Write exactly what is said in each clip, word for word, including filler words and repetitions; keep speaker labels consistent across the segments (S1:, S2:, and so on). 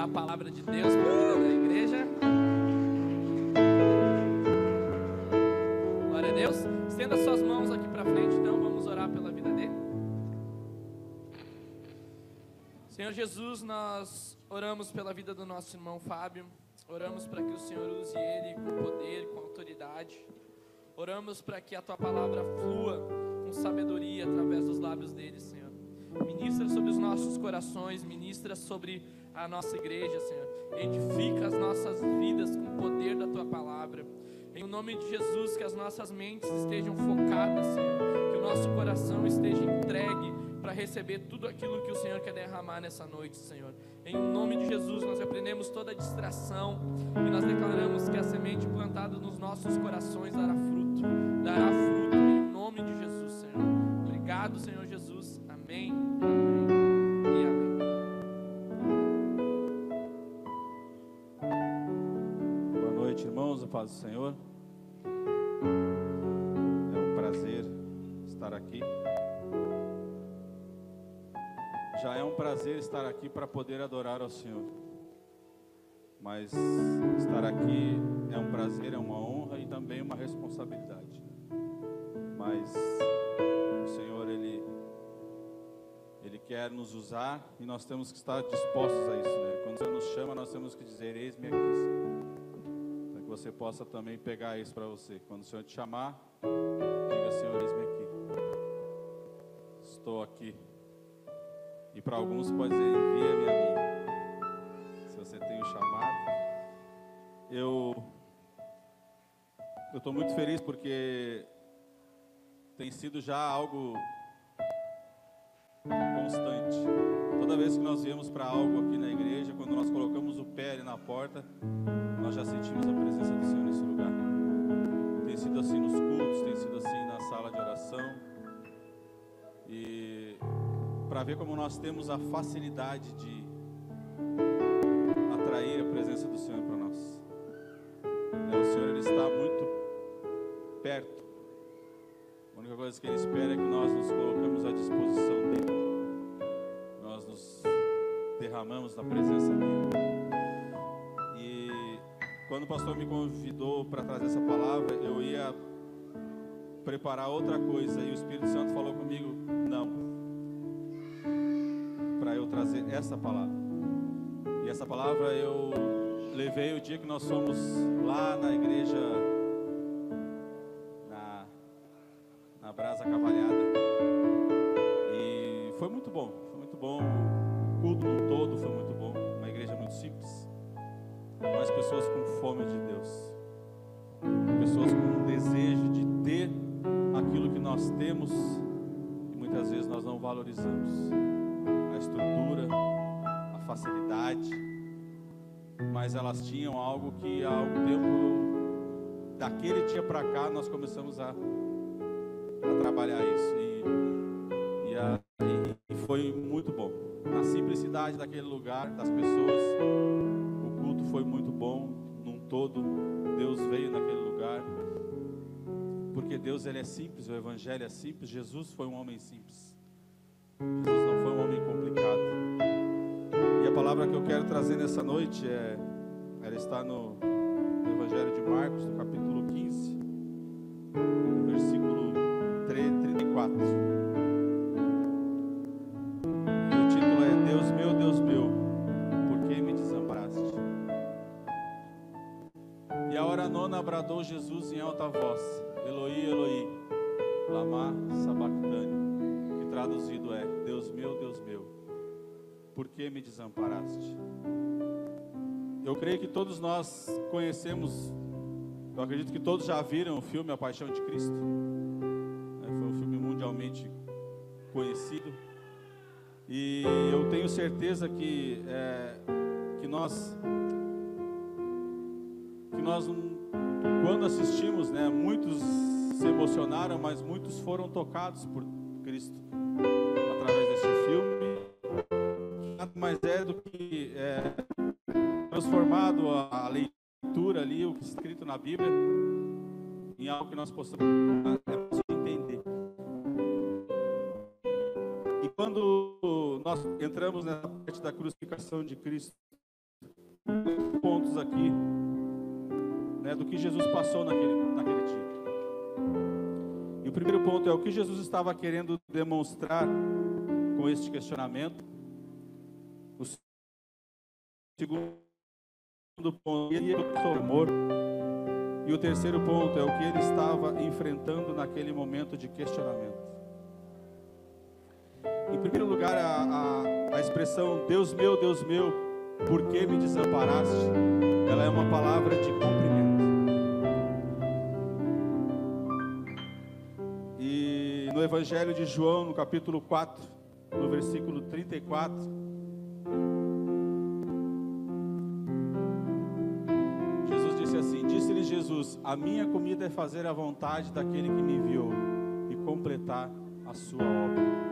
S1: a palavra de Deus para a vida da igreja. Glória a Deus. Estenda suas mãos aqui para frente, então vamos orar pela vida dele. Senhor Jesus, nós oramos pela vida do nosso irmão Fábio. Oramos para que o Senhor use ele com poder, com autoridade. Oramos para que a tua palavra flua com sabedoria através dos lábios dele, Senhor. Ministra sobre os nossos corações, ministra sobre a nossa igreja, Senhor. Edifica as nossas vidas com o poder da tua palavra. Em nome de Jesus, que as nossas mentes estejam focadas, Senhor. Que o nosso coração esteja entregue para receber tudo aquilo que o Senhor quer derramar nessa noite, Senhor. Em nome de Jesus, nós repreendemos toda distração e nós declaramos que a semente plantada nos nossos corações dará fruto, dará fruto em nome de Jesus, Senhor. Obrigado, Senhor Jesus. Amém, amém e amém.
S2: Boa noite, irmãos, a paz do Senhor. É um prazer estar aqui. Já é um prazer estar aqui para poder adorar ao Senhor. Mas estar aqui é um prazer, é uma honra e também uma responsabilidade. Mas o Senhor, Ele, Ele quer nos usar e nós temos que estar dispostos a isso, né? Quando o Senhor nos chama, nós temos que dizer: eis-me aqui, Senhor. Para que você possa também pegar isso para você. Quando o Senhor te chamar, diga: Senhor, eis-me aqui. Estou aqui. E para alguns pode dizer: envia-me a mim. Se você tem o chamado. Eu estou muito feliz porque tem sido já algo constante. Toda vez que nós viemos para algo aqui na igreja, quando nós colocamos o pé ali na porta, nós já sentimos a presença do Senhor nesse lugar. Tem sido assim nos cultos, tem sido assim na sala de oração. E para ver como nós temos a facilidade de atrair a presença do Senhor para nós. É, o Senhor, Ele está muito perto. A única coisa que Ele espera é que nós nos colocamos à disposição dEle. Nós nos derramamos na presença dEle. E quando o pastor me convidou para trazer essa palavra, eu ia preparar outra coisa e o Espírito Santo falou comigo: não, para eu trazer essa palavra. E essa palavra eu levei o dia que nós fomos lá na igreja, na, na Brasa Cavalhada. E foi muito bom, foi muito bom. O culto no todo foi muito bom. Uma igreja muito simples, mas pessoas com fome de Deus. Pessoas com um desejo de ter aquilo que nós temos e muitas vezes nós não valorizamos. A estrutura, a facilidade, mas elas tinham algo que há algum tempo, daquele dia para cá, nós começamos a, a trabalhar isso e, e, a, e foi muito bom. Na simplicidade daquele lugar, das pessoas, o culto foi muito bom num todo. Deus veio naquele lugar, porque Deus, Ele é simples, o Evangelho é simples. Jesus foi um homem simples. Jesus não foi um homem complicado. E a palavra que eu quero trazer nessa noite é, ela está no, no Evangelho de Marcos, no capítulo quinze, no versículo trinta e quatro. E o título é: Deus meu, Deus meu, por que me desamparaste? E a hora nona bradou Jesus em alta voz: Eloi, Eloi, lama sabachthani. Traduzido é: Deus meu, Deus meu, por que me desamparaste? Eu creio que todos nós conhecemos, eu acredito que todos já viram o filme A Paixão de Cristo. Foi um filme mundialmente conhecido. E eu tenho certeza que, é, que nós, que nós, quando assistimos, né, muitos se emocionaram, mas muitos foram tocados por Cristo através deste filme. Nada mais é do que é, transformado a, a leitura ali, o que é escrito na Bíblia, em algo que nós possamos entender. E quando nós entramos nessa parte da crucificação de Cristo, pontos aqui, né, do que Jesus passou naquele, naquele dia. E o primeiro ponto é o que Jesus estava querendo demonstrar com este questionamento. O segundo ponto é o amor. E o terceiro ponto é o que ele estava enfrentando naquele momento de questionamento. Em primeiro lugar, a, a, a expressão Deus meu, Deus meu, por que me desamparaste? Ela é uma palavra de cumprimento. E no Evangelho de João, no capítulo quatro, no versículo trinta e quatro, Jesus disse assim: disse-lhe Jesus, a minha comida é fazer a vontade daquele que me enviou e completar a sua obra.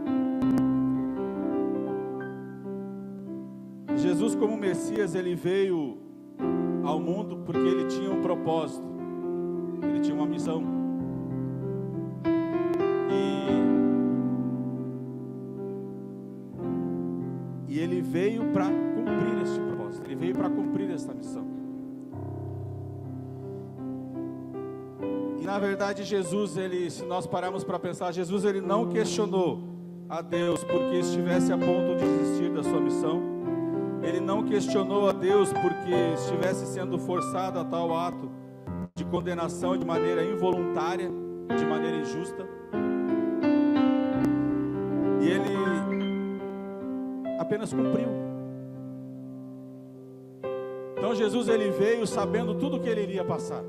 S2: Jesus, como Messias, ele veio ao mundo porque ele tinha um propósito, ele tinha uma missão. E, e ele veio para cumprir este propósito, ele veio para cumprir esta missão. E na verdade Jesus, ele, se nós pararmos para pensar, Jesus ele não questionou a Deus porque estivesse a ponto de desistir da sua missão. Ele não questionou a Deus porque estivesse sendo forçado a tal ato de condenação de maneira involuntária, de maneira injusta. E ele apenas cumpriu. Então Jesus ele veio sabendo tudo o que ele iria passar.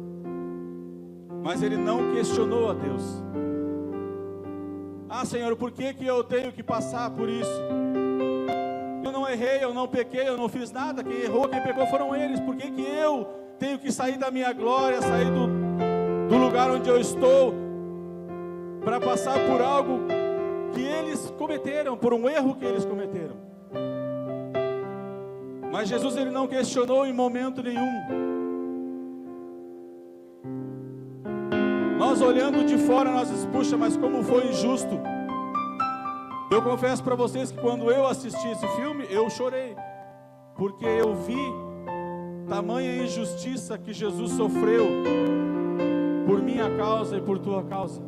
S2: Mas ele não questionou a Deus. Ah, Senhor, por que que eu tenho que passar por isso? Eu não errei, eu não pequei, eu não fiz nada. Quem errou, quem pecou foram eles. Por que que eu tenho que sair da minha glória, sair do, do lugar onde eu estou, para passar por algo que eles cometeram, por um erro que eles cometeram? Mas Jesus ele não questionou em momento nenhum. Nós olhando de fora, nós dizemos, puxa, mas como foi injusto. Eu confesso para vocês que quando eu assisti esse filme, eu chorei, porque eu vi tamanha injustiça que Jesus sofreu por minha causa e por tua causa.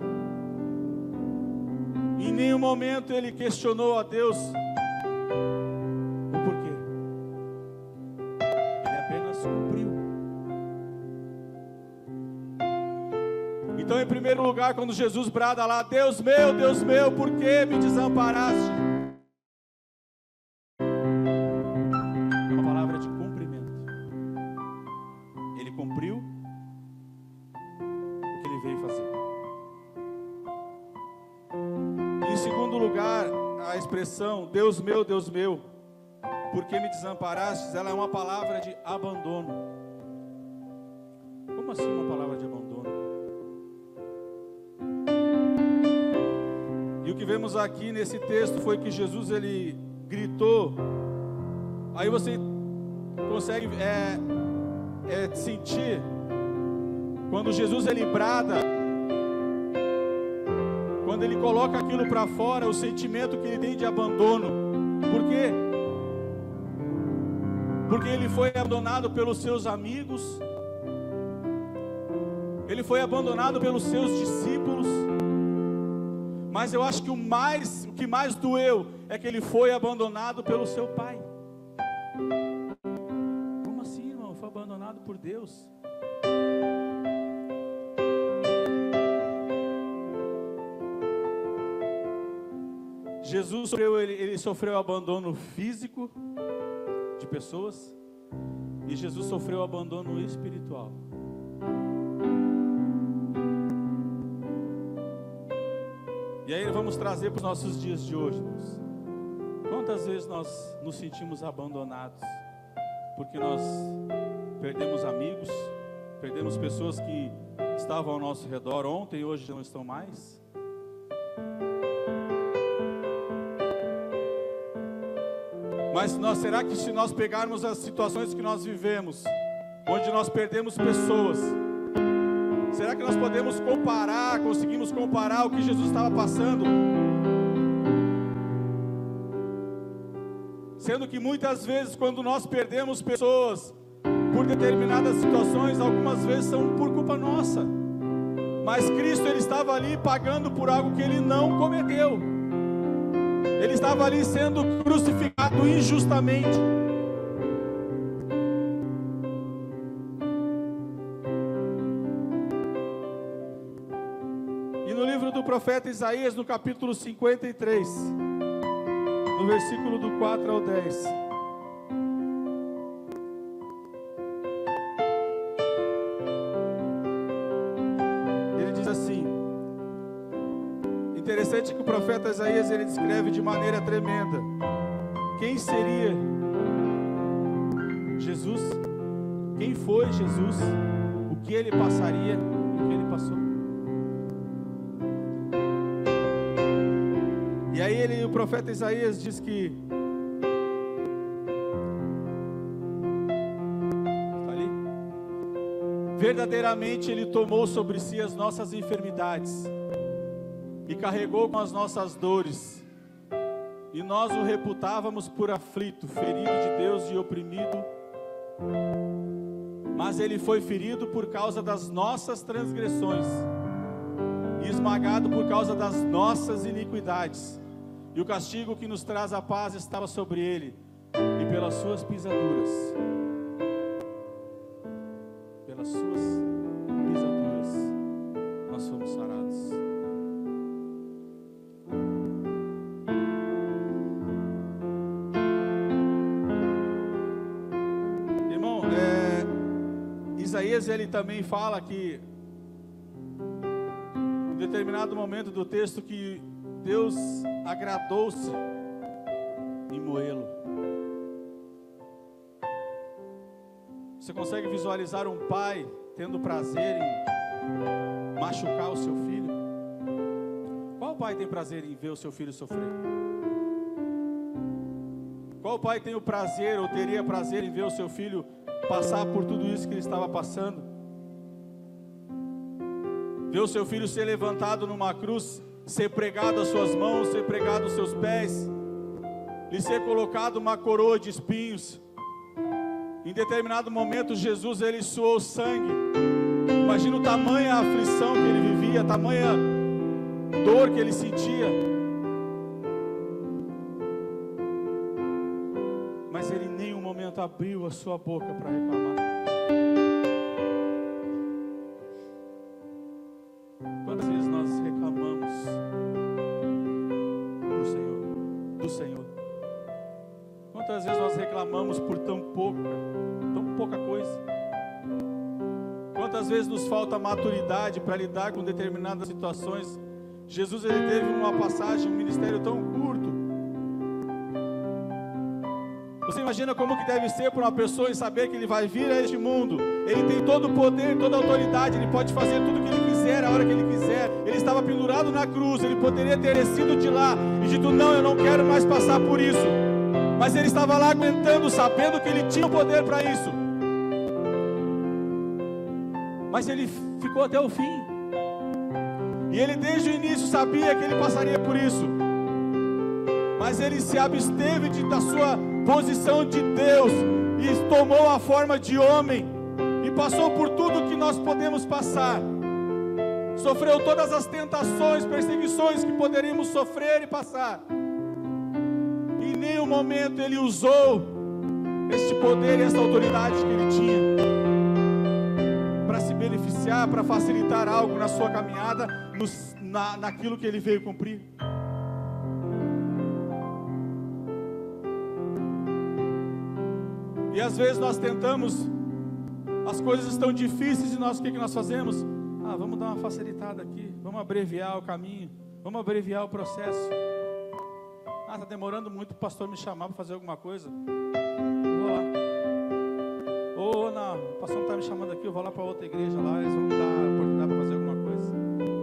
S2: Em nenhum momento ele questionou a Deus o porquê. Ele apenas cumpriu. Então, em primeiro lugar, quando Jesus brada lá, Deus meu, Deus meu, por que me desamparaste? É uma palavra de cumprimento. Ele cumpriu o que ele veio fazer. Em segundo lugar, a expressão Deus meu, Deus meu, por que me desamparaste? Ela é uma palavra de abandono. Como assim uma palavra de abandono? E o que vemos aqui nesse texto foi que Jesus ele gritou. Aí você consegue é, é, sentir quando Jesus ele brada, quando ele coloca aquilo para fora, o sentimento que ele tem de abandono. Por quê? Porque ele foi abandonado pelos seus amigos, ele foi abandonado pelos seus discípulos. Mas eu acho que o, mais, o que mais doeu é que ele foi abandonado pelo seu pai. Como assim, irmão? Foi abandonado por Deus? Jesus sofreu, ele, ele sofreu abandono físico de pessoas, e Jesus sofreu abandono espiritual. E aí vamos trazer para os nossos dias de hoje, irmãos. Quantas vezes nós nos sentimos abandonados porque nós perdemos amigos, perdemos pessoas que estavam ao nosso redor ontem e hoje já não estão mais? Mas nós, será que se nós pegarmos as situações que nós vivemos, onde nós perdemos pessoas, será que nós podemos comparar, conseguimos comparar o que Jesus estava passando? Sendo que muitas vezes, quando nós perdemos pessoas por determinadas situações, algumas vezes são por culpa nossa. Mas Cristo, Ele estava ali pagando por algo que Ele não cometeu. Ele estava ali sendo crucificado injustamente. E no livro do profeta Isaías, no capítulo cinquenta e três, no versículo do quatro ao dez, ele diz assim. Interessante que o profeta Isaías, ele descreve de maneira tremenda quem seria Jesus, quem foi Jesus, o que ele passaria e o que ele passou. E aí ele, o profeta Isaías diz que está ali, verdadeiramente ele tomou sobre si as nossas enfermidades e carregou com as nossas dores, e nós o reputávamos por aflito, ferido de Deus e oprimido. Mas ele foi ferido por causa das nossas transgressões e esmagado por causa das nossas iniquidades, e o castigo que nos traz a paz estava sobre ele, e pelas suas pisaduras, pelas suas pisaduras nós fomos sarados. Isaías, ele também fala que em determinado momento do texto que Deus agradou-se em moê-lo. Você consegue visualizar um pai tendo prazer em machucar o seu filho? Qual pai tem prazer em ver o seu filho sofrer? Qual pai tem o prazer ou teria prazer em ver o seu filho passar por tudo isso que ele estava passando? Ver o seu filho ser levantado numa cruz, ser pregado às suas mãos, ser pregado aos seus pés, lhe ser colocado uma coroa de espinhos. Em determinado momento Jesus, ele suou sangue. Imagina o tamanha aflição que ele vivia, a tamanha dor que ele sentia. Mas ele em nenhum momento abriu a sua boca para reclamar. Quantas vezes nós reclamamos do Senhor, do Senhor? Quantas vezes nós reclamamos por tão pouco, tão pouca coisa? Quantas vezes nos falta maturidade para lidar com determinadas situações? Jesus, ele teve uma passagem, um ministério tão curto. Você imagina como que deve ser para uma pessoa em saber que ele vai vir a este mundo? Ele tem todo o poder, toda a autoridade, ele pode fazer tudo o que ele quiser, a hora que ele quiser. Ele estava pendurado na cruz, ele poderia ter descido de lá e dito, não, eu não quero mais passar por isso. Mas ele estava lá aguentando, sabendo que ele tinha o poder para isso. Mas ele ficou até o fim. E ele desde o início sabia que ele passaria por isso. Mas ele se absteve de, da sua posição de Deus e tomou a forma de homem e passou por tudo que nós podemos passar. Sofreu todas as tentações, perseguições que poderíamos sofrer e passar. E em nenhum momento ele usou este poder e essa autoridade que ele tinha para se beneficiar, para facilitar algo na sua caminhada, no, na, naquilo que ele veio cumprir. E às vezes nós tentamos, as coisas estão difíceis e nós o que, que nós fazemos? Ah, vamos dar uma facilitada aqui, vamos abreviar o caminho, vamos abreviar o processo. Ah, está demorando muito para o pastor me chamar para fazer alguma coisa. Eu vou lá. Ou não, o pastor não está me chamando aqui, eu vou lá para outra igreja lá, eles vão me dar a oportunidade para fazer alguma coisa.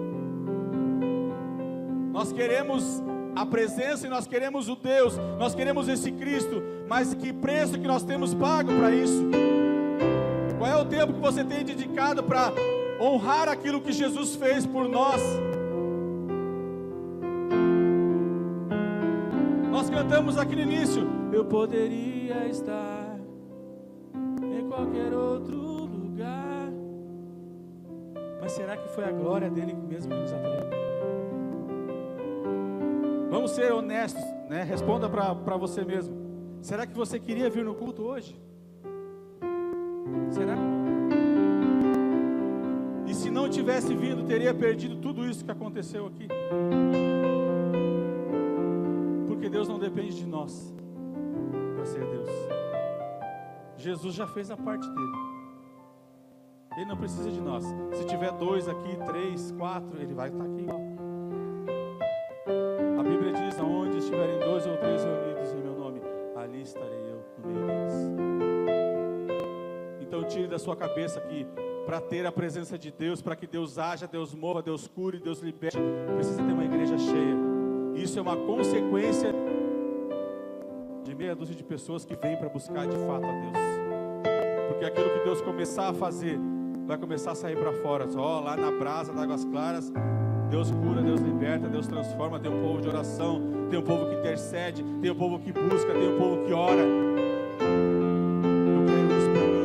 S2: Nós queremos a presença e nós queremos o Deus, nós queremos esse Cristo, mas que preço que nós temos pago para isso? Qual é o tempo que você tem dedicado para honrar aquilo que Jesus fez por nós? Nós cantamos aqui no início, eu poderia estar em qualquer outro lugar, mas será que foi a glória dele mesmo que nos atraiu? Vamos ser honestos, né? Responda para você mesmo. Será que você queria vir no culto hoje? Será? E se não tivesse vindo, teria perdido tudo isso que aconteceu aqui? Porque Deus não depende de nós para ser Deus. Jesus já fez a parte dele. Ele não precisa de nós. Se tiver dois aqui, três, quatro, ele vai estar aqui igual. A Bíblia diz, aonde estiverem dois ou três reunidos em meu nome, ali estarei eu no meio deles. Então tire da sua cabeça que para ter a presença de Deus, para que Deus haja, Deus mova, Deus cure, Deus liberte, precisa ter uma igreja cheia. Isso é uma consequência de meia dúzia de pessoas que vêm para buscar de fato a Deus. Porque aquilo que Deus começar a fazer, vai começar a sair para fora. Ó, lá na brasa da Águas Claras, Deus cura, Deus liberta, Deus transforma. Tem um povo de oração, tem um povo que intercede, tem um povo que busca, tem um povo que ora. Eu quero isso para mim.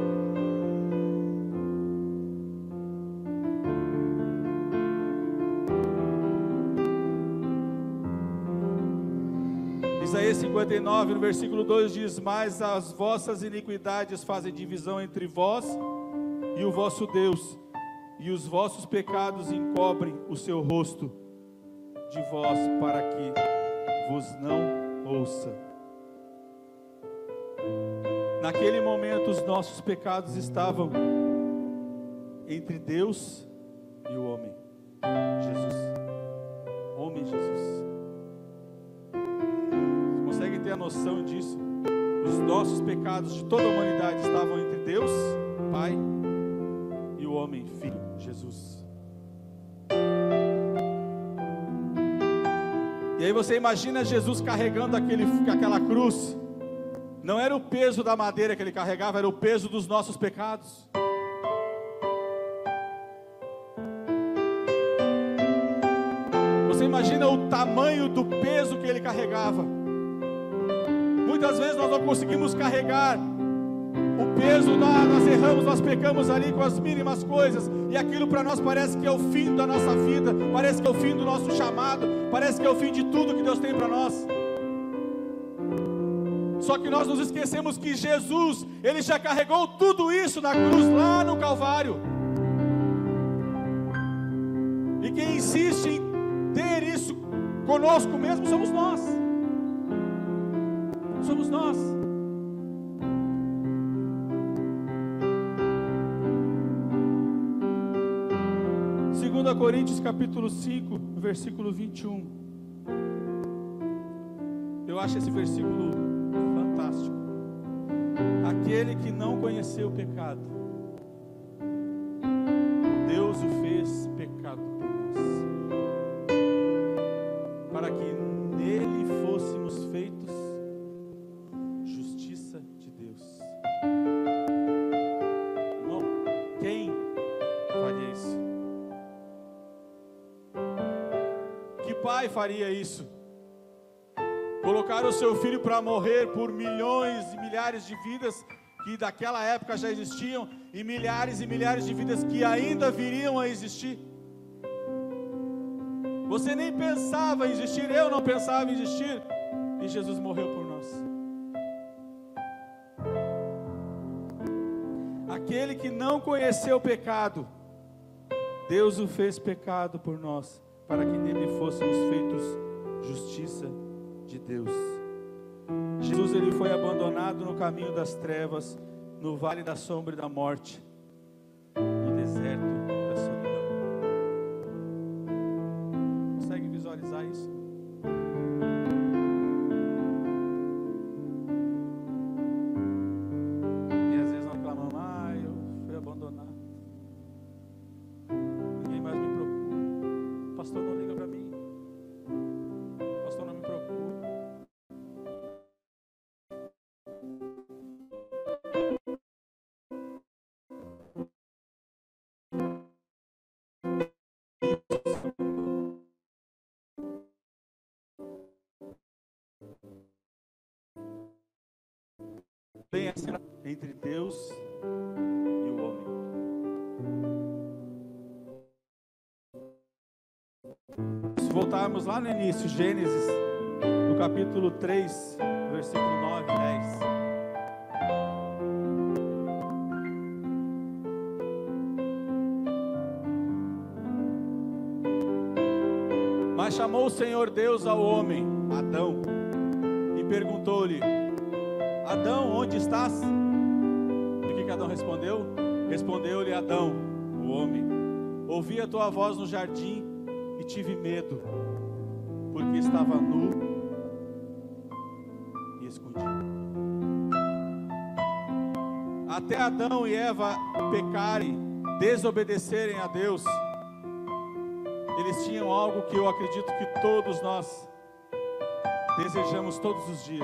S2: Isaías cinquenta e nove, no versículo dois diz, mas as vossas iniquidades fazem divisão entre vós e o vosso Deus, e os vossos pecados encobrem o seu rosto de vós, para que vos não ouça. Naquele momento os nossos pecados estavam entre Deus e o homem, Jesus. Homem Jesus. Você consegue ter a noção disso? Os nossos pecados de toda a humanidade estavam entre Deus, Pai, e o homem, Filho, Jesus. E aí você imagina Jesus carregando aquele, aquela cruz. Não era o peso da madeira que ele carregava, era o peso dos nossos pecados. Você imagina o tamanho do peso que ele carregava. Muitas vezes nós não conseguimos carregar o peso, nós erramos, nós pecamos ali com as mínimas coisas, e aquilo para nós parece que é o fim da nossa vida, parece que é o fim do nosso chamado, parece que é o fim de tudo que Deus tem para nós. Só que nós nos esquecemos que Jesus, Ele já carregou tudo isso na cruz, lá no Calvário. E quem insiste em ter isso conosco mesmo somos nós. Somos nós. segunda Coríntios capítulo cinco, versículo vinte e um. Eu acho esse versículo fantástico. Aquele que não conheceu o pecado, Deus o fez pecado por nós, para que nele fôssemos feitos justiça de Deus. Irmão, quem faria isso? Que pai faria isso? Colocar o seu filho para morrer por milhões e milhares de vidas que daquela época já existiam, e milhares e milhares de vidas que ainda viriam a existir. Você nem pensava em existir, eu não pensava em existir, e Jesus morreu por nós. Aquele que não conheceu o pecado, Deus o fez pecado por nós, para que nele fôssemos feitos justiça de Deus. Jesus, ele foi abandonado no caminho das trevas, no vale da sombra e da morte, no deserto da solidão. Consegue visualizar isso? E às vezes nós clamamos, ah, eu fui abandonado, ninguém mais me procura, o pastor não liga para mim, o pastor não me procura. também é entre Deus e o homem. Se voltarmos lá no início, Gênesis, no capítulo três, versículo nove e dez. Mas chamou o Senhor Deus ao homem, Adão, e perguntou-lhe: Adão, onde estás? E o que que Adão respondeu? Respondeu-lhe Adão, o homem: ouvi a tua voz no jardim e tive medo, porque estava nu e escondido. Até Adão e Eva pecarem, desobedecerem a Deus, eles tinham algo que eu acredito que todos nós desejamos todos os dias.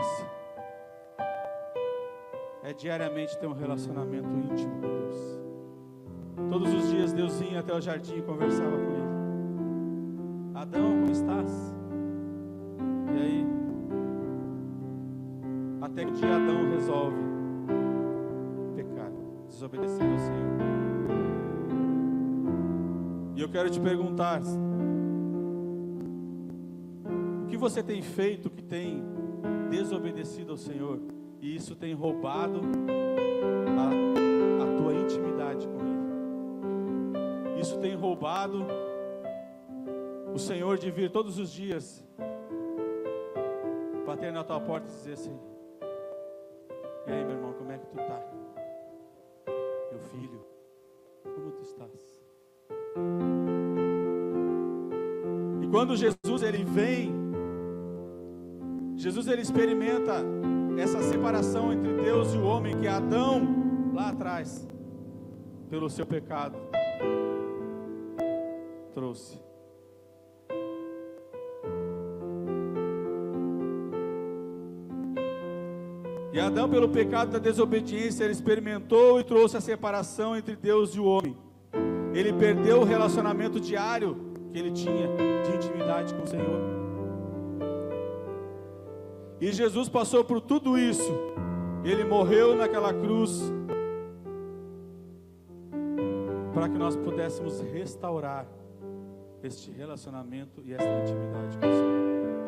S2: É diariamente ter um relacionamento íntimo com Deus. Todos os dias Deus vinha até o jardim e conversava com ele. Adão, como estás? E aí, até que um dia Adão resolve pecar, desobedecer ao Senhor. E eu quero te perguntar: o que você tem feito que tem desobedecido ao Senhor? E isso tem roubado a, a tua intimidade com Ele. Isso tem roubado o Senhor de vir todos os dias, bater na tua porta e dizer assim: e aí, meu irmão, como é que tu tá? Meu filho, como tu estás? E quando Jesus ele vem, Jesus ele experimenta essa separação entre Deus e o homem que Adão lá atrás, pelo seu pecado, trouxe. E Adão, pelo pecado da desobediência, ele experimentou e trouxe a separação entre Deus e o homem. Ele perdeu o relacionamento diário que ele tinha de intimidade com o Senhor. E Jesus passou por tudo isso. Ele morreu naquela cruz para que nós pudéssemos restaurar este relacionamento e esta intimidade com o Senhor.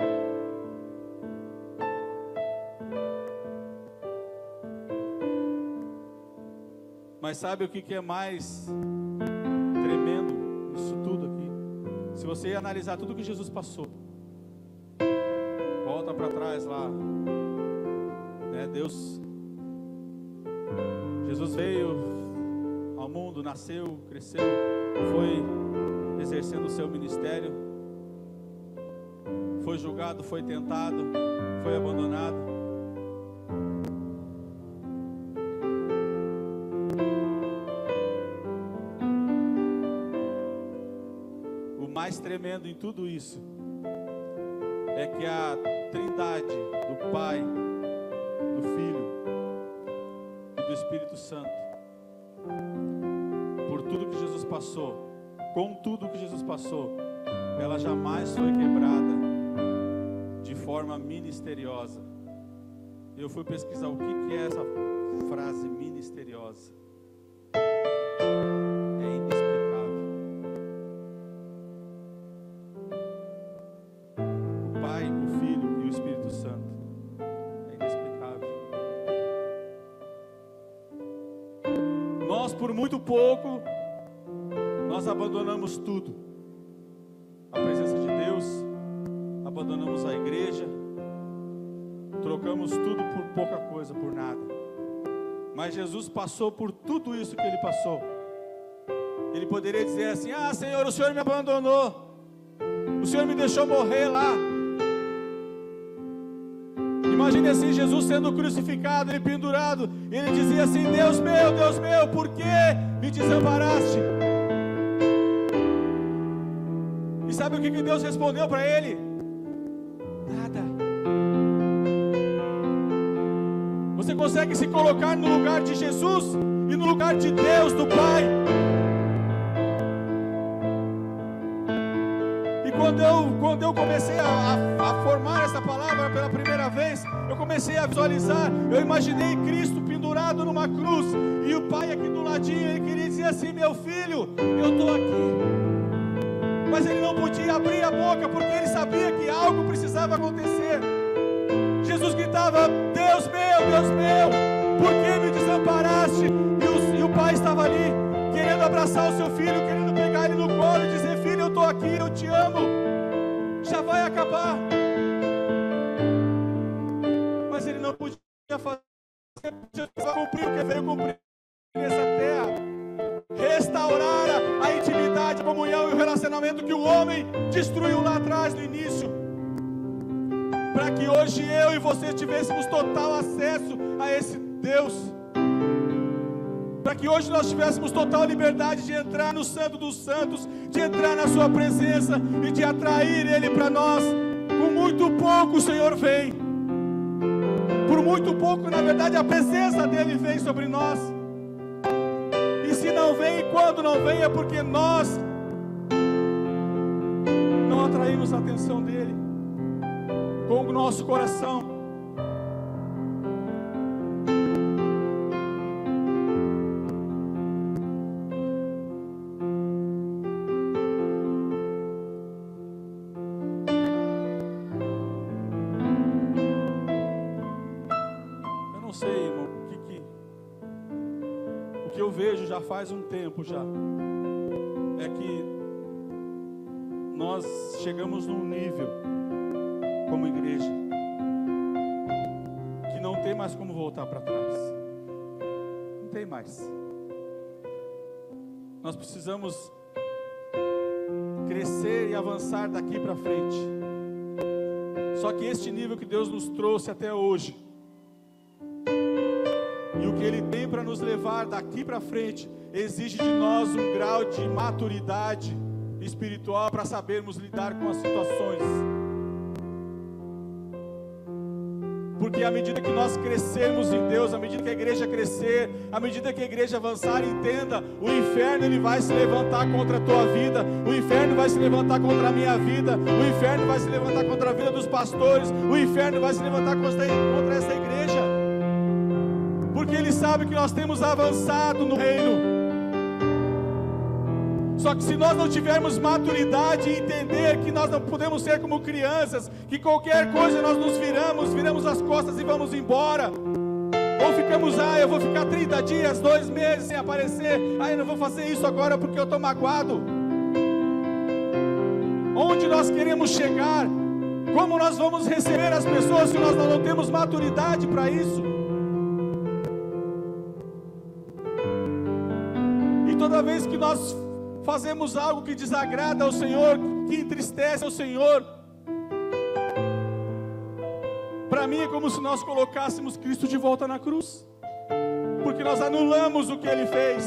S2: Mas sabe o que é mais tremendo nisso tudo aqui? Se você analisar tudo que Jesus passou, volta para trás lá, né? Deus, Jesus veio ao mundo, nasceu, cresceu, foi exercendo o seu ministério, foi julgado, foi tentado, foi abandonado. O mais tremendo em tudo isso é que a Trindade do Pai, do Filho e do Espírito Santo, por tudo que Jesus passou, com tudo que Jesus passou, ela jamais foi quebrada de forma misteriosa. Eu fui pesquisar o que que é essa frase misteriosa. É inexplicável. O Pai, o Filho e o Espírito Santo. É inexplicável. Nós, por muito pouco, nós abandonamos tudo. A presença de Deus, abandonamos a igreja, trocamos tudo por pouca coisa, por nada. Mas Jesus passou por tudo isso que Ele passou. Ele poderia dizer assim: ah, Senhor, o Senhor me abandonou, o Senhor me deixou morrer lá. Imagine assim, Jesus sendo crucificado, Ele pendurado, Ele dizia assim: Deus meu, Deus meu, por que me desamparaste? E sabe o que que Deus respondeu para ele? Nada. Você consegue se colocar no lugar de Jesus e no lugar de Deus, do Pai? E quando
S3: quando eu, quando eu comecei a, a, a formar essa palavra pela primeira vez, eu comecei a visualizar, eu imaginei Cristo pendurado numa cruz, e o Pai aqui do ladinho, ele queria dizer assim: meu filho, eu estou aqui. Mas ele não podia abrir a boca, porque ele sabia que algo precisava acontecer. Jesus gritava: Deus meu, Deus meu, por que me desamparaste? E o, e o Pai estava ali, querendo abraçar o seu filho, querendo pegar ele no colo e dizer: filho, eu estou aqui, eu te amo, já vai acabar. Mas ele não podia fazer, Jesus cumprir o que veio cumprir nessa terra, restaurar a intimidade, a comunhão e o relacionamento que o homem destruiu lá atrás, no início, para que hoje eu e você tivéssemos total acesso a esse Deus, para que hoje nós tivéssemos total liberdade de entrar no Santo dos Santos, de entrar na sua presença e de atrair Ele para nós. Com muito pouco o Senhor vem, por muito pouco, na verdade, a presença dEle vem sobre nós. E se não vem, quando não vem, é porque nós não atraímos a atenção dEle com o nosso coração. Já faz um tempo já, é que nós chegamos num nível como igreja que não tem mais como voltar para trás, não tem mais. Nós precisamos crescer e avançar daqui para frente. Só que este nível que Deus nos trouxe até hoje, e o que Ele tem para nos levar daqui para frente, exige de nós um grau de maturidade espiritual para sabermos lidar com as situações. Porque à medida que nós crescermos em Deus, à medida que a igreja crescer, à medida que a igreja avançar, entenda, o inferno ele vai se levantar contra a tua vida, o inferno vai se levantar contra a minha vida, o inferno vai se levantar contra a vida dos pastores, o inferno vai se levantar contra, contra essa igreja, porque ele sabe que nós temos avançado no reino. Só que se nós não tivermos maturidade e entender que nós não podemos ser como crianças, que qualquer coisa nós nos viramos, viramos as costas e vamos embora, ou ficamos, ah, eu vou ficar trinta dias, dois meses sem aparecer, ah, eu não vou fazer isso agora porque eu estou magoado. Onde nós queremos chegar? Como nós vamos receber as pessoas se nós não temos maturidade para isso? E toda vez que nós fazemos algo que desagrada ao Senhor, que entristece ao Senhor, para mim é como se nós colocássemos Cristo de volta na cruz, porque nós anulamos o que Ele fez.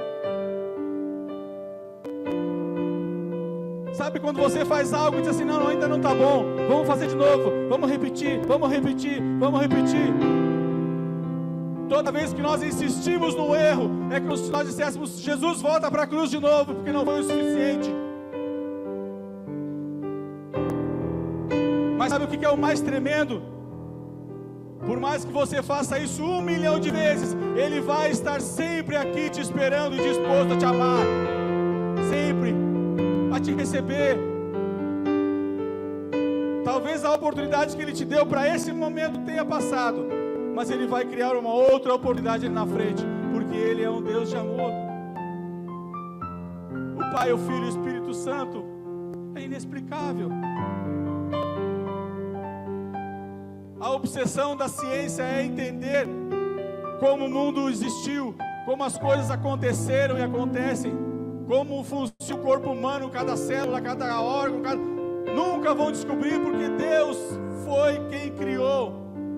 S3: Sabe quando você faz algo e diz assim, não, não, ainda não está bom, vamos fazer de novo, vamos repetir, vamos repetir, vamos repetir. Toda vez que nós insistimos no erro, é como se nós disséssemos, Jesus, volta para a cruz de novo, porque não foi o suficiente. Mas sabe o que é o mais tremendo? Por mais que você faça isso um milhão de vezes, Ele vai estar sempre aqui te esperando e disposto a te amar, sempre, a te receber. Talvez a oportunidade que Ele te deu para esse momento tenha passado, mas Ele vai criar uma outra oportunidade ali na frente, porque Ele é um Deus de amor. O Pai, o Filho e o Espírito Santo é inexplicável. A obsessão da ciência é entender como o mundo existiu, como as coisas aconteceram e acontecem, como funciona o corpo humano, cada célula, cada órgão, cada... nunca vão descobrir, porque Deus foi quem criou.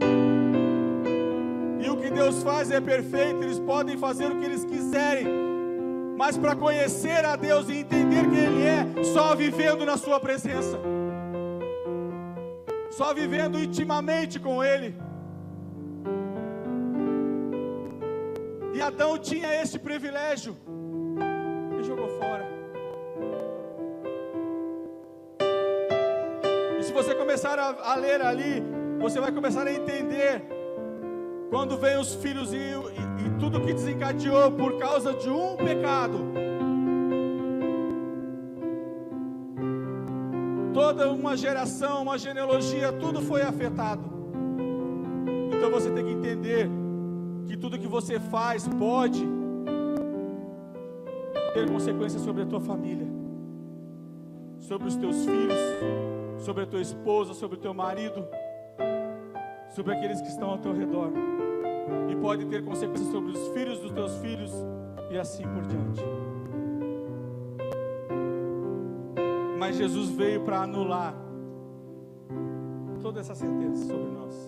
S3: E o que Deus faz é perfeito, eles podem fazer o que eles quiserem, mas para conhecer a Deus e entender quem Ele é, só vivendo na sua presença, só vivendo intimamente com Ele. E Adão tinha este privilégio e jogou fora. se você começar a, a ler ali, você vai começar a entender quando vem os filhos e, e, e tudo que desencadeou por causa de um pecado. Toda uma geração, uma genealogia, tudo foi afetado. Então você tem que entender que tudo que você faz pode ter consequências sobre a tua família, sobre os teus filhos, sobre a tua esposa, sobre o teu marido, sobre aqueles que estão ao teu redor, e pode ter consequências sobre os filhos dos teus filhos, e assim por diante. Mas Jesus veio para anular toda essa sentença sobre nós.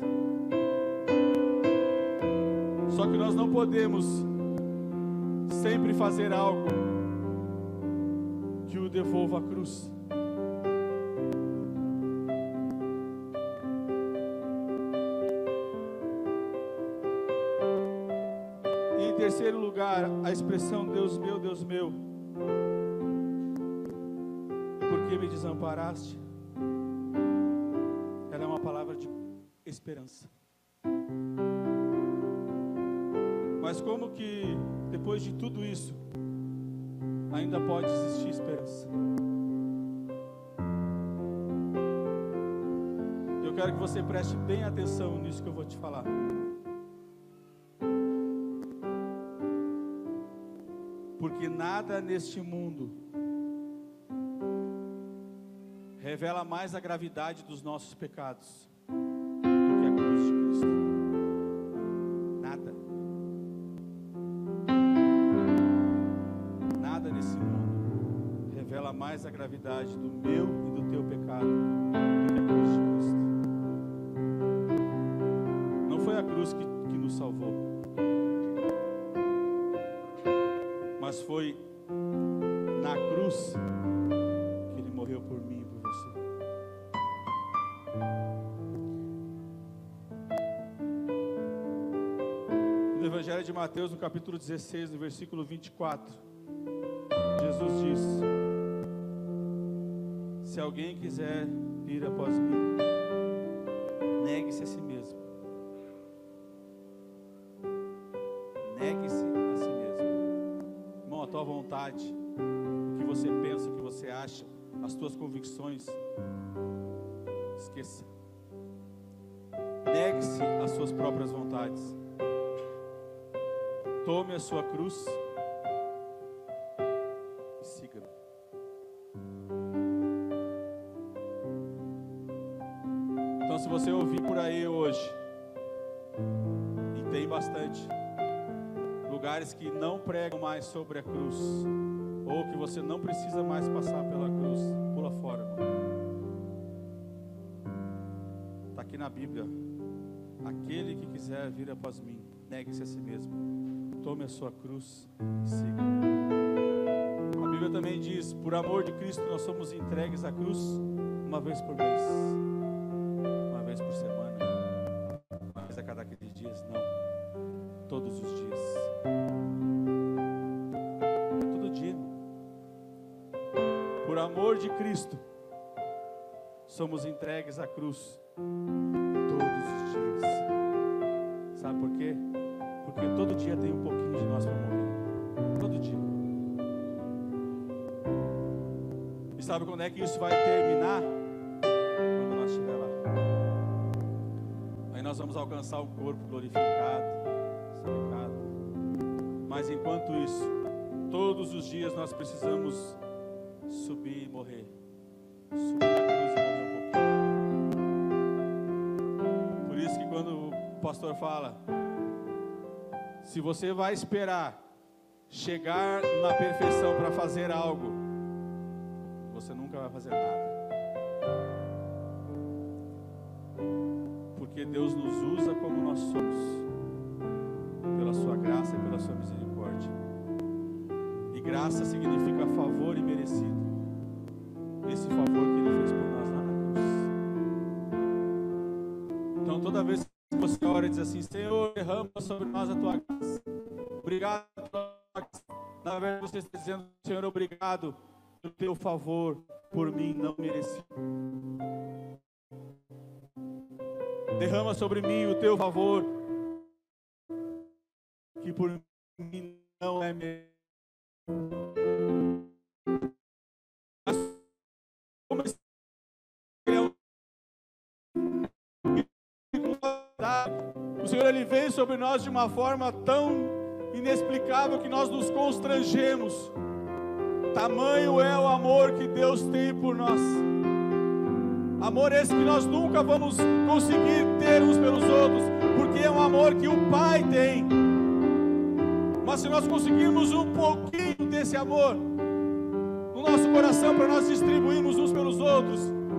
S3: Só que nós não podemos sempre fazer algo que o devolva à cruz. E em terceiro lugar, a expressão Deus meu, Deus meu, por que me desamparaste? Ela é uma palavra de esperança. Mas como que depois de tudo isso ainda pode existir esperança? Eu quero que você preste bem atenção nisso que eu vou te falar. Porque nada neste mundo revela mais a gravidade dos nossos pecados do que a cruz de Cristo. Nada. Nada nesse mundo revela mais a gravidade do meu e do teu pecado do que a cruz de Cristo. Não foi a cruz que, que nos salvou, mas foi na cruz que Ele morreu por mim e por você. No Evangelho de Mateus, no capítulo dezesseis, no versículo vinte e quatro, Jesus diz: se alguém quiser vir após mim, negue-se a si mesmo. Negue-se a si mesmo. Irmão, a tua vontade, o que você pensa, o que você acha, as tuas convicções, esqueça. Negue-se às suas próprias vontades. Tome a sua cruz e siga-me. Então, se você ouvir por aí hoje, e tem bastante lugares que não pregam mais sobre a cruz, ou que você não precisa mais passar pela cruz, pula fora, irmão. Está aqui na Bíblia: aquele que quiser vir após mim, negue-se a si mesmo, tome a sua cruz e siga. A Bíblia também diz: por amor de Cristo nós somos entregues à cruz uma vez por mês, uma vez por semana, uma vez a cada quinze dias. Não, todos os dias. Todo dia. Por amor de Cristo somos entregues à cruz todos os dias. Sabe por quê? Porque todo dia tem um pouquinho de nós para morrer. Todo dia. E sabe quando é que isso vai terminar? Quando nós estiver lá. Aí nós vamos alcançar o corpo glorificado, santificado. Mas enquanto isso, todos os dias nós precisamos subir e morrer. Subir na cruz e morrer um pouquinho. Por isso que quando o pastor fala: se você vai esperar chegar na perfeição para fazer algo, você nunca vai fazer nada. Porque Deus nos usa como nós somos, pela sua graça e pela sua misericórdia. E graça significa favor imerecido. Esse favor que Ele fez por nós lá na cruz. Então toda vez que você ora e diz assim: Senhor, derrama sobre nós a tua graça, obrigado pela tua graça. Na verdade você está dizendo: Senhor, obrigado pelo teu favor por mim não merecido. Derrama sobre mim o teu favor, que por mim não é meu. O Senhor, Ele vem sobre nós de uma forma tão inexplicável que nós nos constrangemos. Tamanho é o amor que Deus tem por nós. Amor esse que nós nunca vamos conseguir ter uns pelos outros, porque é um amor que o Pai tem. Mas se nós conseguirmos um pouquinho desse amor no nosso coração para nós distribuirmos uns pelos outros,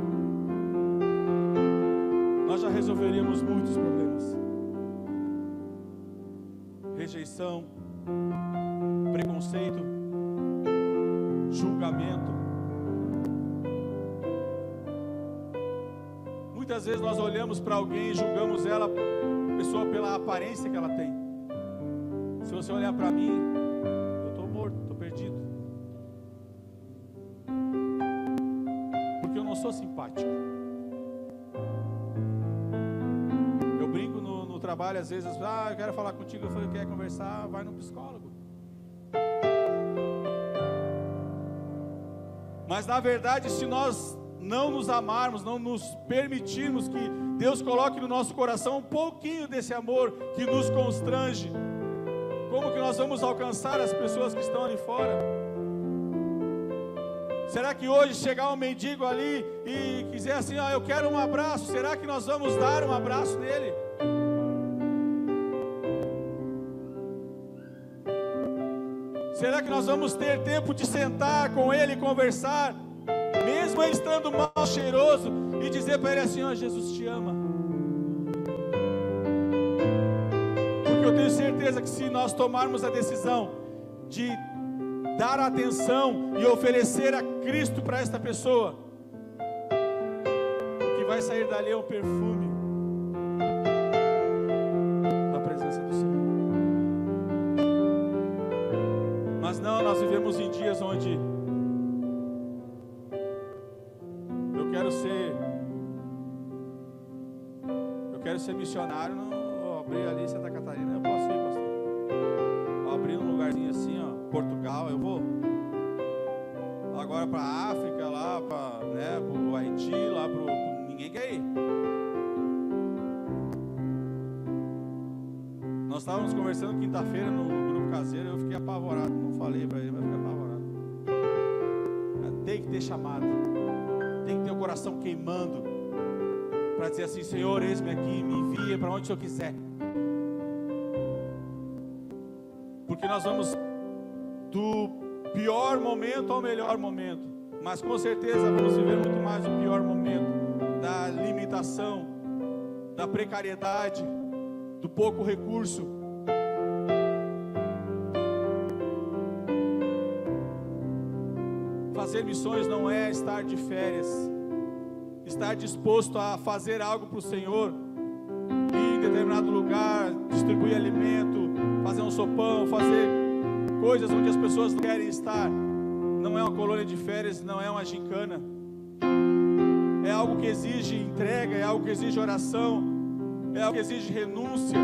S3: nós já resolveríamos muitos problemas. Rejeição, preconceito, julgamento. Muitas vezes nós olhamos para alguém e julgamos ela, a pessoa, pela aparência que ela tem. Se você olhar para mim, eu estou morto, estou perdido. Porque eu não sou simpático. Eu brinco no, no trabalho, às vezes, ah, eu quero falar contigo, eu falei, quer conversar, vai no psicólogo. Mas na verdade, se nós não nos amarmos, não nos permitirmos que Deus coloque no nosso coração um pouquinho desse amor que nos constrange, como que nós vamos alcançar as pessoas que estão ali fora? Será que hoje chegar um mendigo ali e quiser assim, ah, eu quero um abraço, será que nós vamos dar um abraço nele? Será que nós vamos ter tempo de sentar com ele e conversar, mesmo ele estando mal cheiroso, e dizer para ele assim, ó, Jesus te ama? Porque eu tenho certeza que se nós tomarmos a decisão de dar atenção e oferecer a Cristo para esta pessoa, o que vai sair dali é um perfume da presença do Senhor. Mas não, nós vivemos em dias onde eu quero ser eu quero ser missionário. Não, vou abrir ali em Santa Catarina, eu posso ir, pastor? Vou abrir um lugarzinho assim, ó, Portugal, eu vou. Agora para a África, lá para, né, o Haiti, lá para o... Ninguém quer ir. Nós estávamos conversando quinta-feira no grupo caseiro, eu fiquei apavorado. Não falei para ele, mas fiquei apavorado. Tem que ter chamado, tem que ter o coração queimando para dizer assim, Senhor, eis-me aqui, me envia para onde o Senhor quiser. Porque nós vamos do pior momento ao melhor momento, mas com certeza vamos viver muito mais o pior momento da limitação, da precariedade, do pouco recurso. Fazer missões não é estar de férias, estar disposto a fazer algo para o Senhor, ir em determinado lugar, distribuir alimento, fazer um sopão, fazer coisas onde as pessoas não querem estar. Não é uma colônia de férias, não é uma gincana. É algo que exige entrega, é algo que exige oração, é algo que exige renúncia,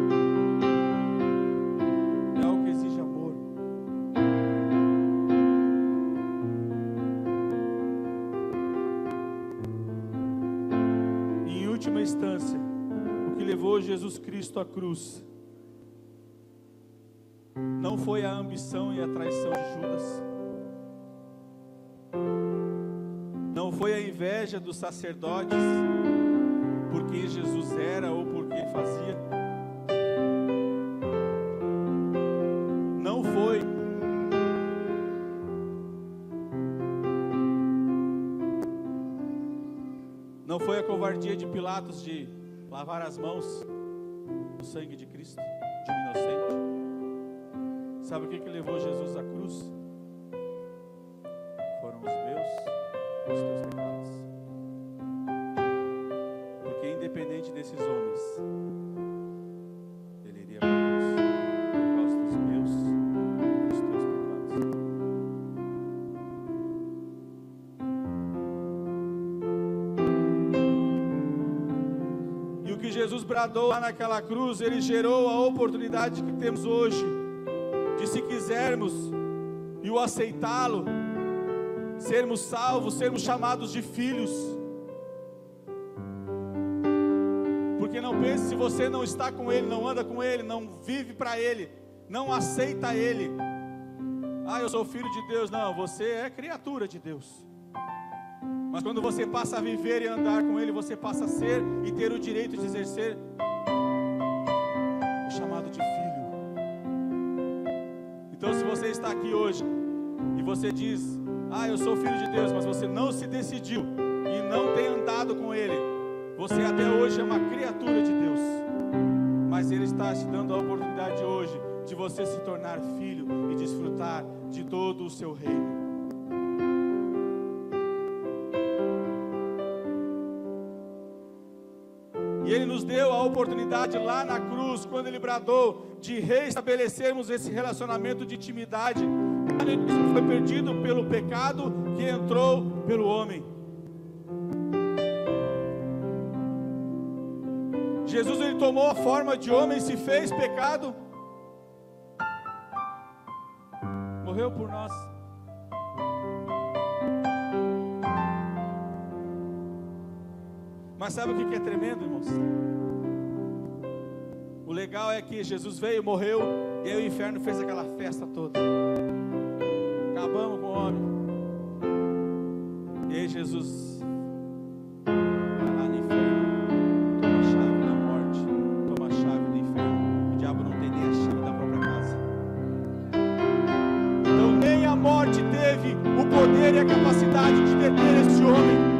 S3: é algo que exige amor. E em última instância, o que levou Jesus Cristo à cruz não foi a ambição e a traição de Judas, não foi a inveja dos sacerdotes por quem Jesus era ou por quem fazia, não foi não foi a covardia de Pilatos de lavar as mãos no sangue de Cristo, de um inocente. Sabe o que que levou Jesus à cruz? Foram os meus e os teus pecados. Porque independente desses homens, ele iria para a cruz por causa dos meus e dos teus pecados. E o que Jesus bradou lá naquela cruz, Ele gerou a oportunidade que temos hoje, de se quisermos e o aceitá-lo, sermos salvos, sermos chamados de filhos. Porque não pense, se você não está com Ele, não anda com Ele, não vive para Ele, não aceita Ele, ah, eu sou filho de Deus. Não, você é criatura de Deus. Mas quando você passa a viver e andar com Ele, você passa a ser e ter o direito de exercer o chamado de filho. Então, se você está aqui hoje e você diz, ah, eu sou filho de Deus, mas você não se decidiu e não tem andado com Ele, você até hoje é uma criatura de Deus, mas Ele está te dando a oportunidade hoje de você se tornar filho e desfrutar de todo o seu reino. E Ele nos deu a oportunidade lá na cruz, quando Ele bradou, de reestabelecermos esse relacionamento de intimidade. Isso foi perdido pelo pecado que entrou pelo homem. Jesus, Ele tomou a forma de homem, se fez pecado, morreu por nós. Mas sabe o que é tremendo, irmãos? O legal é que Jesus veio, morreu, e aí o inferno fez aquela festa toda. Acabamos com o homem. E aí Jesus vai lá no inferno, toma a chave da morte, toma a chave do inferno. O diabo não tem nem a chave da própria casa. Então nem a morte teve o poder e a capacidade de deter esse homem.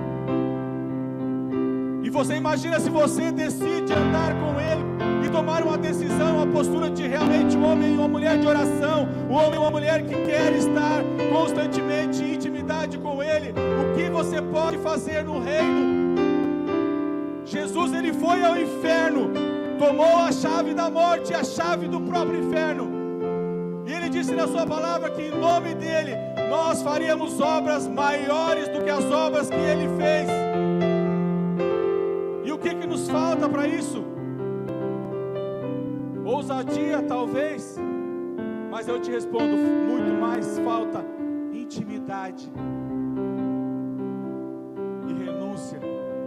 S3: E você imagina se você decide andar com Ele e tomar uma decisão, uma postura de realmente um homem e uma mulher de oração, um homem e uma mulher que quer estar constantemente em intimidade com Ele. O que você pode fazer no reino? Jesus, Ele foi ao inferno, tomou a chave da morte, a chave do próprio inferno, e Ele disse na sua palavra que em nome dEle nós faríamos obras maiores do que as obras que Ele fez. E o que que nos falta para isso? Ousadia, talvez, mas eu te respondo, muito mais falta intimidade e renúncia.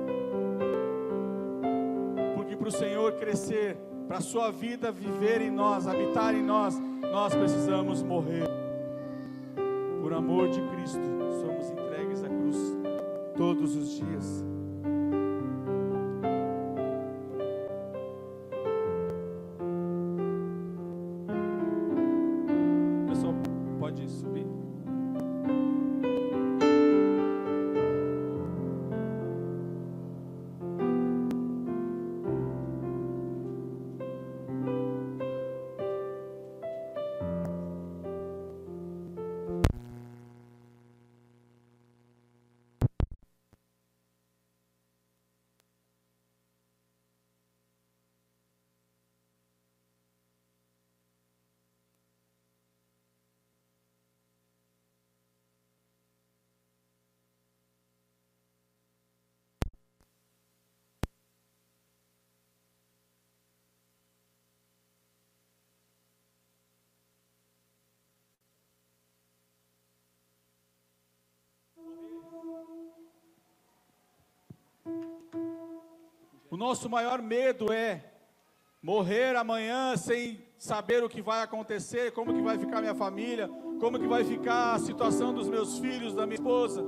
S3: Porque para o Senhor crescer, para a sua vida viver em nós, habitar em nós, nós precisamos morrer. Por amor de Cristo, somos entregues à cruz todos os dias. Pode subir. O nosso maior medo é morrer amanhã sem saber o que vai acontecer, como que vai ficar minha família, como que vai ficar a situação dos meus filhos, da minha esposa.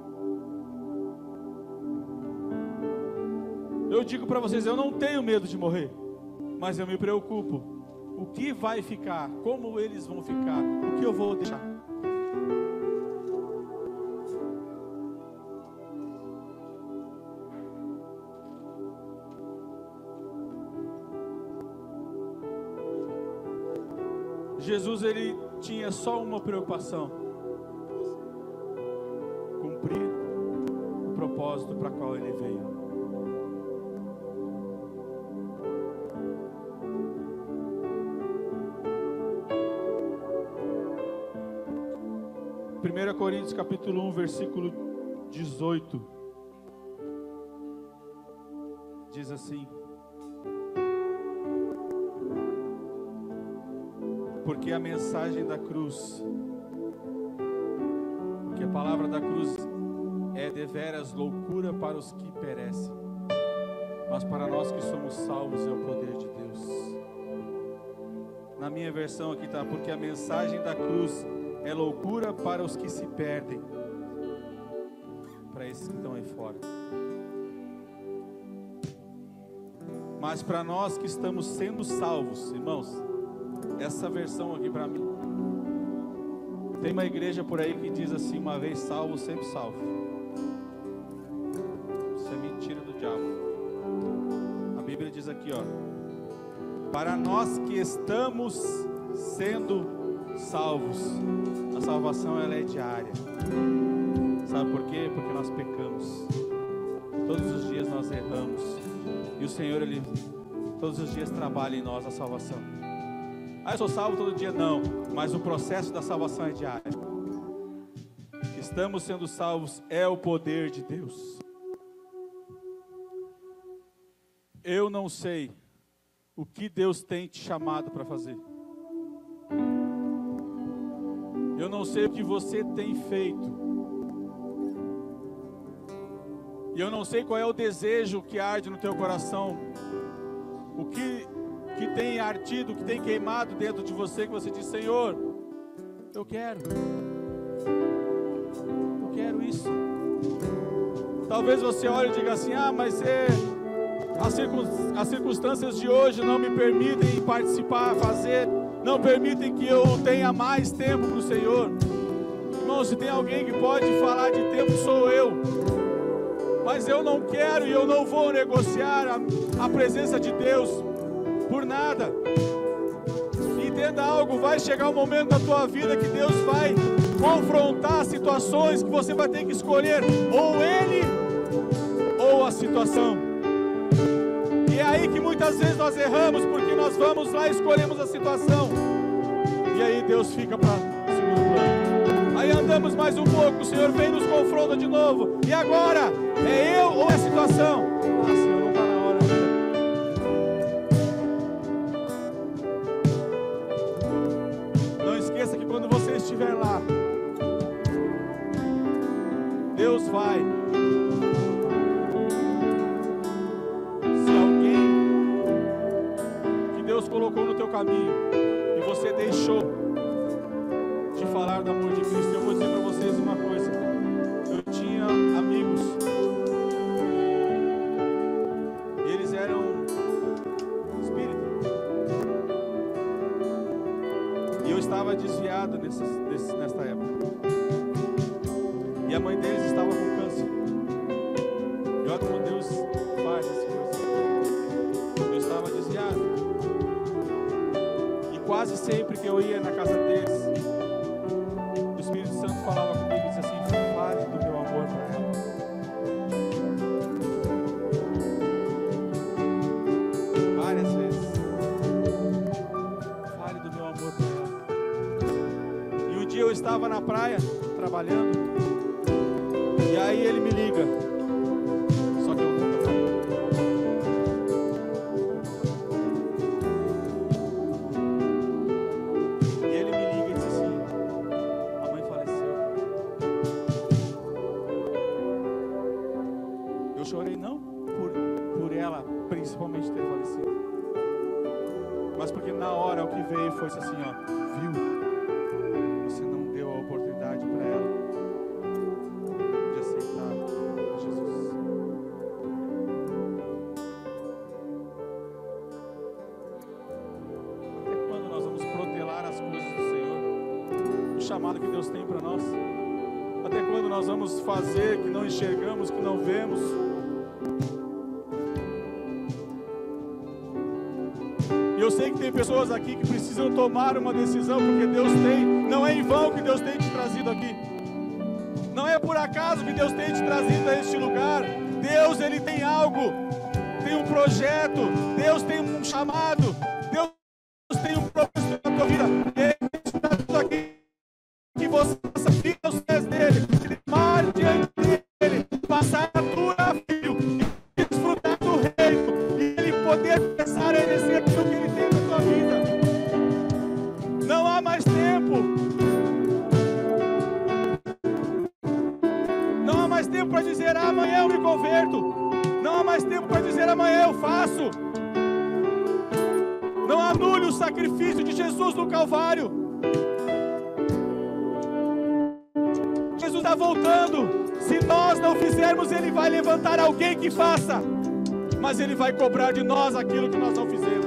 S3: Eu digo para vocês, eu não tenho medo de morrer, mas eu me preocupo. O que vai ficar? Como eles vão ficar? O que eu vou deixar? Jesus, Ele tinha só uma preocupação: cumprir o propósito para qual Ele veio. primeira Coríntios capítulo um, versículo dezoito, diz assim: porque a mensagem da cruz, porque a palavra da cruz é deveras loucura para os que perecem, mas para nós que somos salvos é o poder de Deus. Na minha versão aqui está, porque a mensagem da cruz é loucura para os que se perdem, para esses que estão aí fora. Mas para nós que estamos sendo salvos, irmãos, essa versão aqui para mim, tem uma igreja por aí que diz assim, uma vez salvo, sempre salvo. Isso é mentira do diabo. A Bíblia diz aqui, ó, para nós que estamos sendo salvos, a salvação ela é diária. Sabe por quê? Porque nós pecamos. Todos os dias nós erramos. E o Senhor, Ele todos os dias trabalha em nós a salvação. Ah, eu sou salvo todo dia? Não. Mas o processo da salvação é diário. Estamos sendo salvos é o poder de Deus. Eu não sei o que Deus tem te chamado para fazer. Eu não sei o que você tem feito. E eu não sei qual é o desejo que arde no teu coração. O que, que tem ardido, o que tem queimado dentro de você, que você diz, Senhor, eu quero. Eu quero isso. Talvez você olhe e diga assim, ah, mas é, as, circun, as circunstâncias de hoje não me permitem participar, fazer, não permitem que eu tenha mais tempo para o Senhor. Irmão, se tem alguém que pode falar de tempo, sou eu. Mas eu não quero e eu não vou negociar a, a presença de Deus por nada. Entenda algo, vai chegar um momento da tua vida que Deus vai confrontar situações que você vai ter que escolher ou Ele ou a situação. E é aí que muitas vezes nós erramos, porque nós vamos lá e escolhemos a situação. E aí Deus fica para segundo plano. Aí andamos mais um pouco, o Senhor vem e nos confronta de novo. E agora? É eu ou é a situação? Ah, Senhor, não está na hora ainda. Não esqueça que quando você estiver lá, Deus vai. Se alguém que Deus colocou no teu caminho e você deixou de falar do amor de Cristo, eu vou dizer para vocês uma coisa. Eu tinha amigos, e eles eram espíritas, e eu estava desviado nessa, nesta época, e a mãe deles estava com câncer. E olha como Deus faz as coisas. Eu estava desviado, e quase sempre que eu ia na casa deles, falava comigo e disse assim, fale do meu amor para ela. Várias vezes. Fale do meu amor para ela. E um dia eu estava na praia, trabalhando, e aí ele me liga. Só que eu nunca falei. Principalmente ter falecido, mas porque na hora o que veio foi assim, ó, viu? Você não deu a oportunidade para ela de aceitar Jesus. Até quando nós vamos protelar as coisas do Senhor? O chamado que Deus tem para nós? Até quando nós vamos fazer que não enxergamos, que não vemos? Eu sei que tem pessoas aqui que precisam tomar uma decisão, porque Deus tem, não é em vão que Deus tem te trazido aqui. Não é por acaso que Deus tem te trazido a este lugar. Deus, Ele tem algo, tem um projeto, Deus tem um chamado, Deus tem um propósito na tua vida. Ele está tudo aqui, que você possa vir aos pés dEle, mar diante dEle, passar a tua filho, e desfrutar do reino, e Ele poder começar a exercer aquilo que Ele tem na tua vida. Não há certo. Não há mais tempo para dizer amanhã eu faço. Não anule o sacrifício de Jesus no Calvário. Jesus está voltando. Se nós não fizermos, Ele vai levantar alguém que faça. Mas Ele vai cobrar de nós aquilo que nós não fizemos.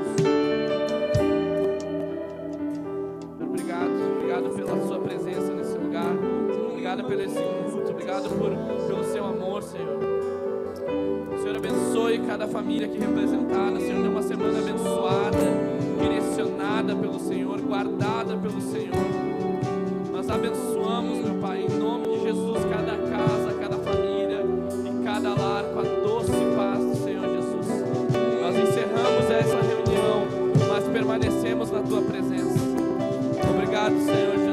S1: Obrigado, obrigado pela sua presença nesse lugar. Obrigado pelo esse culto. Obrigado por, pelo seu amor, Senhor. Senhor, abençoe cada família aqui representada. Senhor, dê uma semana abençoada, direcionada pelo Senhor, guardada pelo Senhor. Nós abençoamos, meu Pai, em nome de Jesus, cada casa, cada família e cada lar com a doce paz do Senhor Jesus. Nós encerramos essa reunião, mas permanecemos na Tua presença. Obrigado, Senhor.